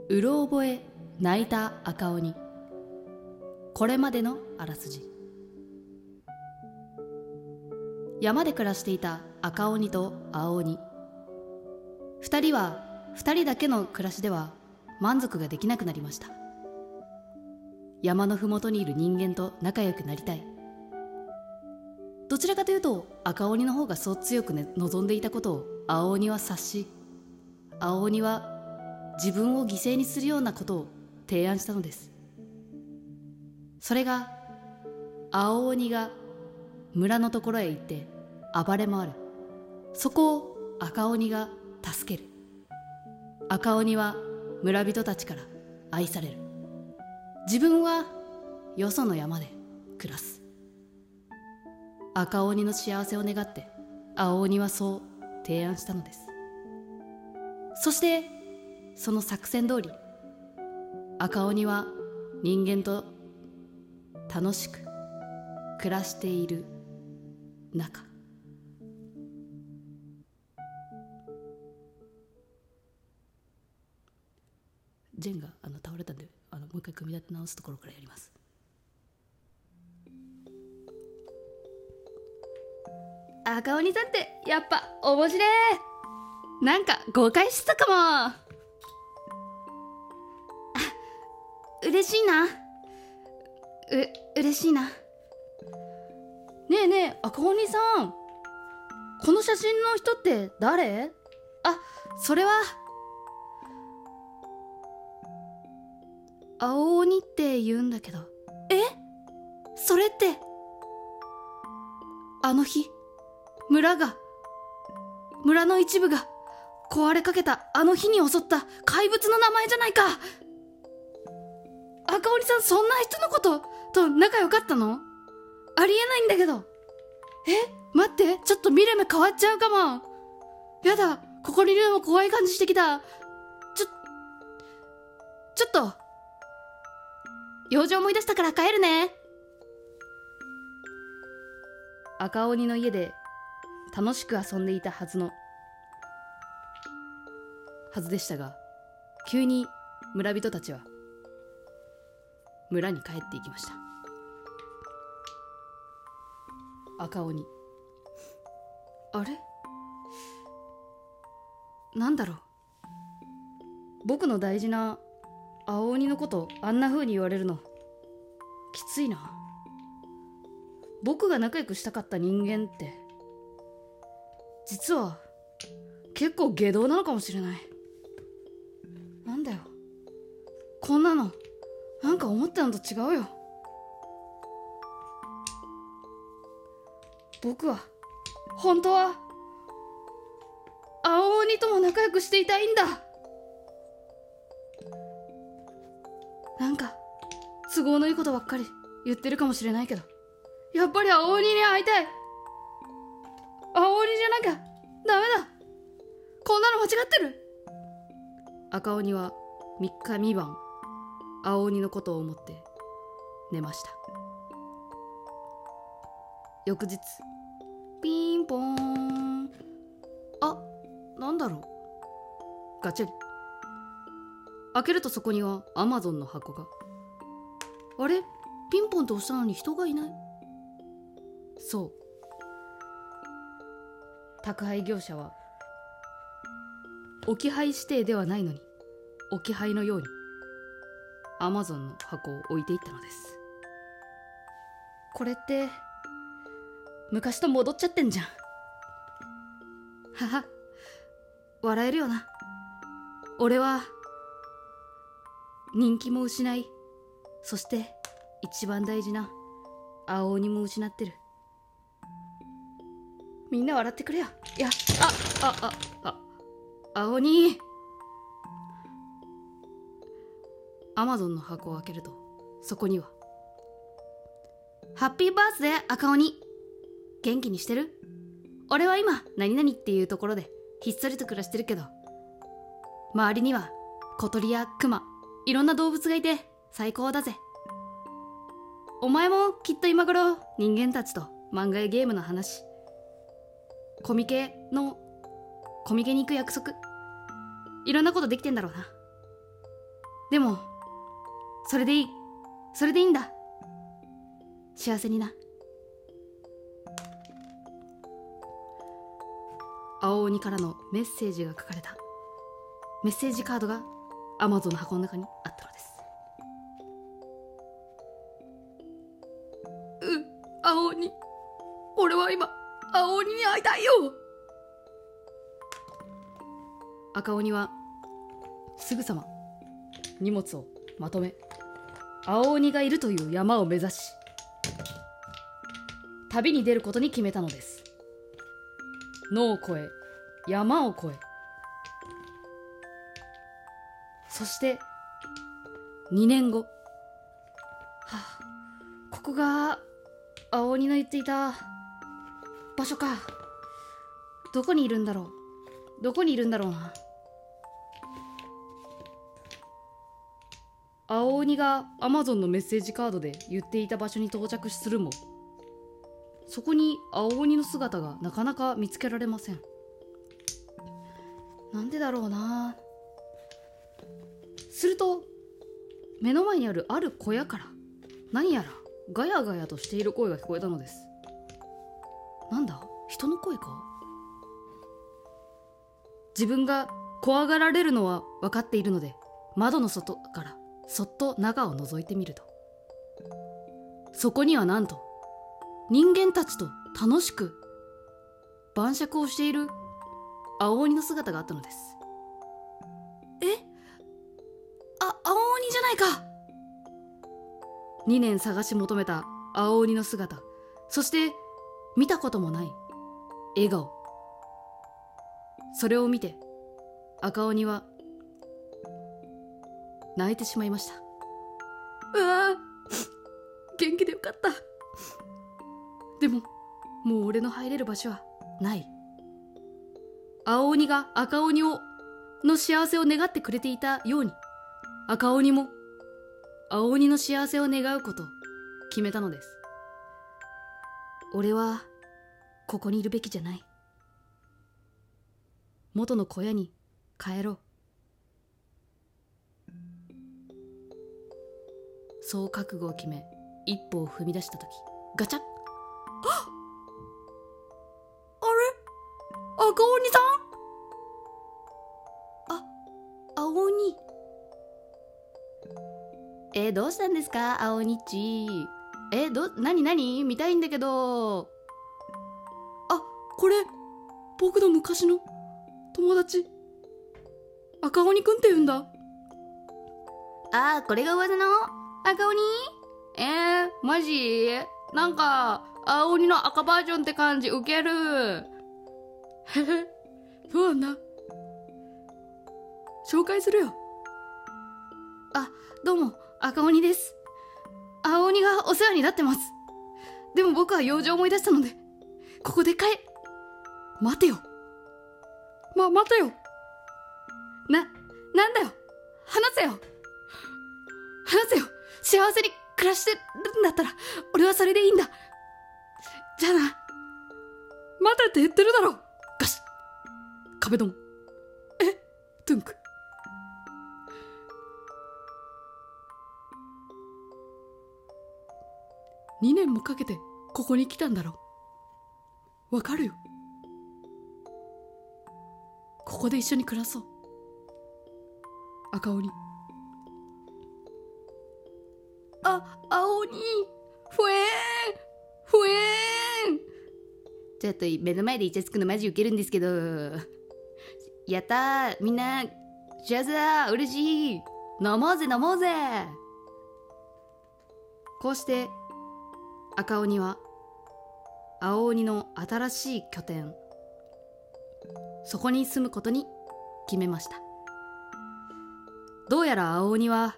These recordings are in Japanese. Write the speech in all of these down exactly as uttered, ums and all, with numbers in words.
うろ覚え泣いた赤鬼。これまでのあらすじ。山で暮らしていた赤鬼と青鬼。二人は二人だけの暮らしでは満足ができなくなりました。山のふもとにいる人間と仲良くなりたい。どちらかというと赤鬼の方がそう強く、ね、望んでいたことを青鬼は察し、青鬼は自分を犠牲にするようなことを提案したのです。それが、青鬼が村のところへ行って暴れ回る。そこを赤鬼が助ける。赤鬼は村人たちから愛される。自分はよその山で暮らす。赤鬼の幸せを願って青鬼はそう提案したのです。そしてその作戦通り、赤鬼は人間と楽しく暮らしている中、ジェンがあの倒れたんで、あのもう一回組み立て直すところからやります。赤鬼さんってやっぱ面白い。なんか誤解してたかも。あ、嬉しいな。う嬉しいな。ねえねえ赤鬼さん、この写真の人って誰？あ、それは青鬼って言うんだけど。え？それってあの日村が村の一部が壊れかけたあの日に襲った怪物の名前じゃないか。赤鬼さん、そんな人のことと仲良かったの？ありえないんだけど。え、待って、ちょっと見る目変わっちゃうかも。やだ、ここにいるのも怖い感じしてきた。ちょちょっと用事思い出したから帰るね。赤鬼の家で楽しく遊んでいたはずのはずでしたが、急に村人たちは村に帰っていきました。赤鬼、あれ、なんだろう、僕の大事な青鬼のことあんな風に言われるのきついな。僕が仲良くしたかった人間って実は結構下道なのかもしれない。なんだよ、こんなのなんか思ったのと違うよ。僕は本当は青鬼とも仲良くしていたいんだ。なんか都合のいいことばっかり言ってるかもしれないけど、やっぱり青鬼に会いたい。青鬼じゃなきゃダメだ。こんなの間違ってる。赤鬼はみっかみばん青鬼のことを思って寝ました。翌日、ピンポーン。あ、なんだろう。ガチャリ。開けるとそこにはアマゾンの箱が。あれ、ピンポンと押したのに人がいない。そう、宅配業者は置き配指定ではないのに置き配のようにアマゾンの箱を置いていったのです。これって昔と戻っちゃってんじゃん。はは、笑えるよな。俺は人気も失い、そして一番大事な青鬼も失ってる。みんな笑ってくれよ。いや、あ、あ、あ、あ、青鬼。アマゾンの箱を開けるとそこには、ハッピーバースデー赤鬼、元気にしてる？俺は今何々っていうところでひっそりと暮らしてるけど、周りには小鳥やクマ、いろんな動物がいて最高だぜ。お前もきっと今頃人間たちと漫画やゲームの話、コミケのコミケに行く約束、いろんなことできてんだろうな。 でもそれでいい、それでいいんだ。幸せにな。青鬼からのメッセージが書かれたメッセージカードがアマゾンの箱の中にあったのです。う、青鬼、俺は今青鬼に会いたいよ。赤鬼はすぐさま荷物をまとめ、青鬼がいるという山を目指し旅に出ることに決めたのです。野を越え、山を越え、そしてにねんご、はあ、ここが青鬼の言っていた場所か。どこにいるんだろう、どこにいるんだろうな。青鬼がアマゾンのメッセージカードで言っていた場所に到着するも、そこに青鬼の姿がなかなか見つけられません。なんでだろうな。すると目の前にあるある小屋から何やらガヤガヤとしている声が聞こえたのです。なんだ、人の声か。自分が怖がられるのは分かっているので、窓の外からそっと中を覗いてみると、そこにはなんと人間たちと楽しく晩酌をしている青鬼の姿があったのです。え、あ、青鬼じゃないか。にねん探し求めた青鬼の姿、そして見たこともない笑顔、それを見て赤鬼は泣いてしまいました。うわあ、元気でよかった。でももう俺の入れる場所はない。青鬼が赤鬼をの幸せを願ってくれていたように、赤鬼も青鬼の幸せを願うことを決めたのです。俺はここにいるべきじゃない。元の小屋に帰ろう。そう覚悟を決め一歩を踏み出したとき、ガチャッ、あれ、赤鬼さん。あ、青鬼。えー、どうしたんですか青鬼っち。えー、ど、なになに見たいんだけど。あ、これ僕の昔の友達、赤鬼くんって言うんだ。あー、これが噂の赤鬼？えー、マジ？なんか青鬼の赤バージョンって感じ、ウケる。へへ、そうなんだ。紹介するよ。あ、どうも赤鬼です。青鬼がお世話になってます。でも僕は用事を思い出したのでここで帰。待てよ、ま、待てよ。な、なんだよ、話せよ、話せよ。幸せに暮らしてるんだったら俺はそれでいいんだ。じゃあな。待てって言ってるだろ。ガシッ、壁ドン。え、トゥンク。にねんもかけてここに来たんだろう。わかるよ。ここで一緒に暮らそう、赤鬼。あ、青鬼、ふえーん、ふえーん。ちょっと目の前でイチャつくのマジウケるんですけど。やったー、みんな幸せだ、嬉しい、飲もうぜ飲もうぜ。こうして赤鬼は青鬼の新しい拠点、そこに住むことに決めました。どうやら青鬼は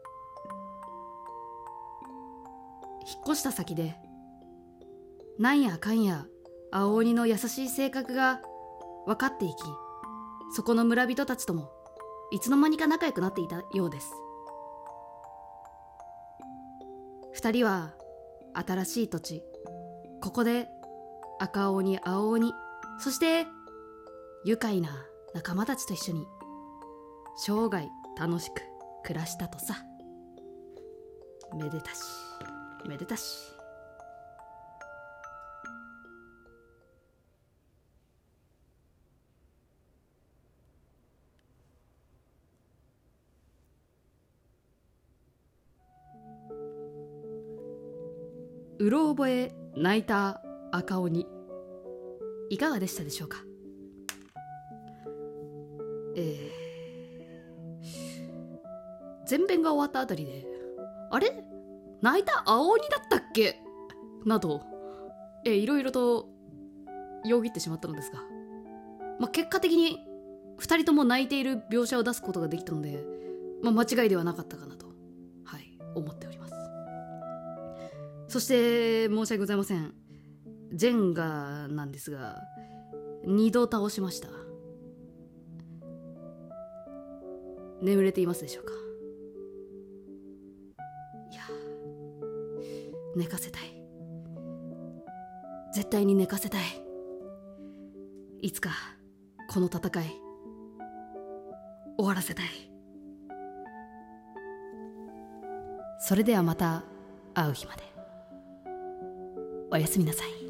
引っ越した先でなんやかんや青鬼の優しい性格が分かっていき、そこの村人たちともいつの間にか仲良くなっていたようです。二人は新しい土地、ここで赤鬼、青鬼、そして愉快な仲間たちと一緒に生涯楽しく暮らしたとさ。めでたしめでたし。うろ覚え泣いた赤鬼、いかがでしたでしょうか。えー、前編が終わったあたりで、あれ泣いた青鬼だったっけなど、えー、いろいろとよぎってしまったのですが、まあ、結果的にふたりとも泣いている描写を出すことができたので、まあ、間違いではなかったかなと、はい、思っております。そして申し訳ございません、ジェンガなんですがにど倒しました。眠れていますでしょうか。いや、寝かせたい、絶対に寝かせたい。いつかこの戦い終わらせたい。それではまた会う日まで、おやすみなさい。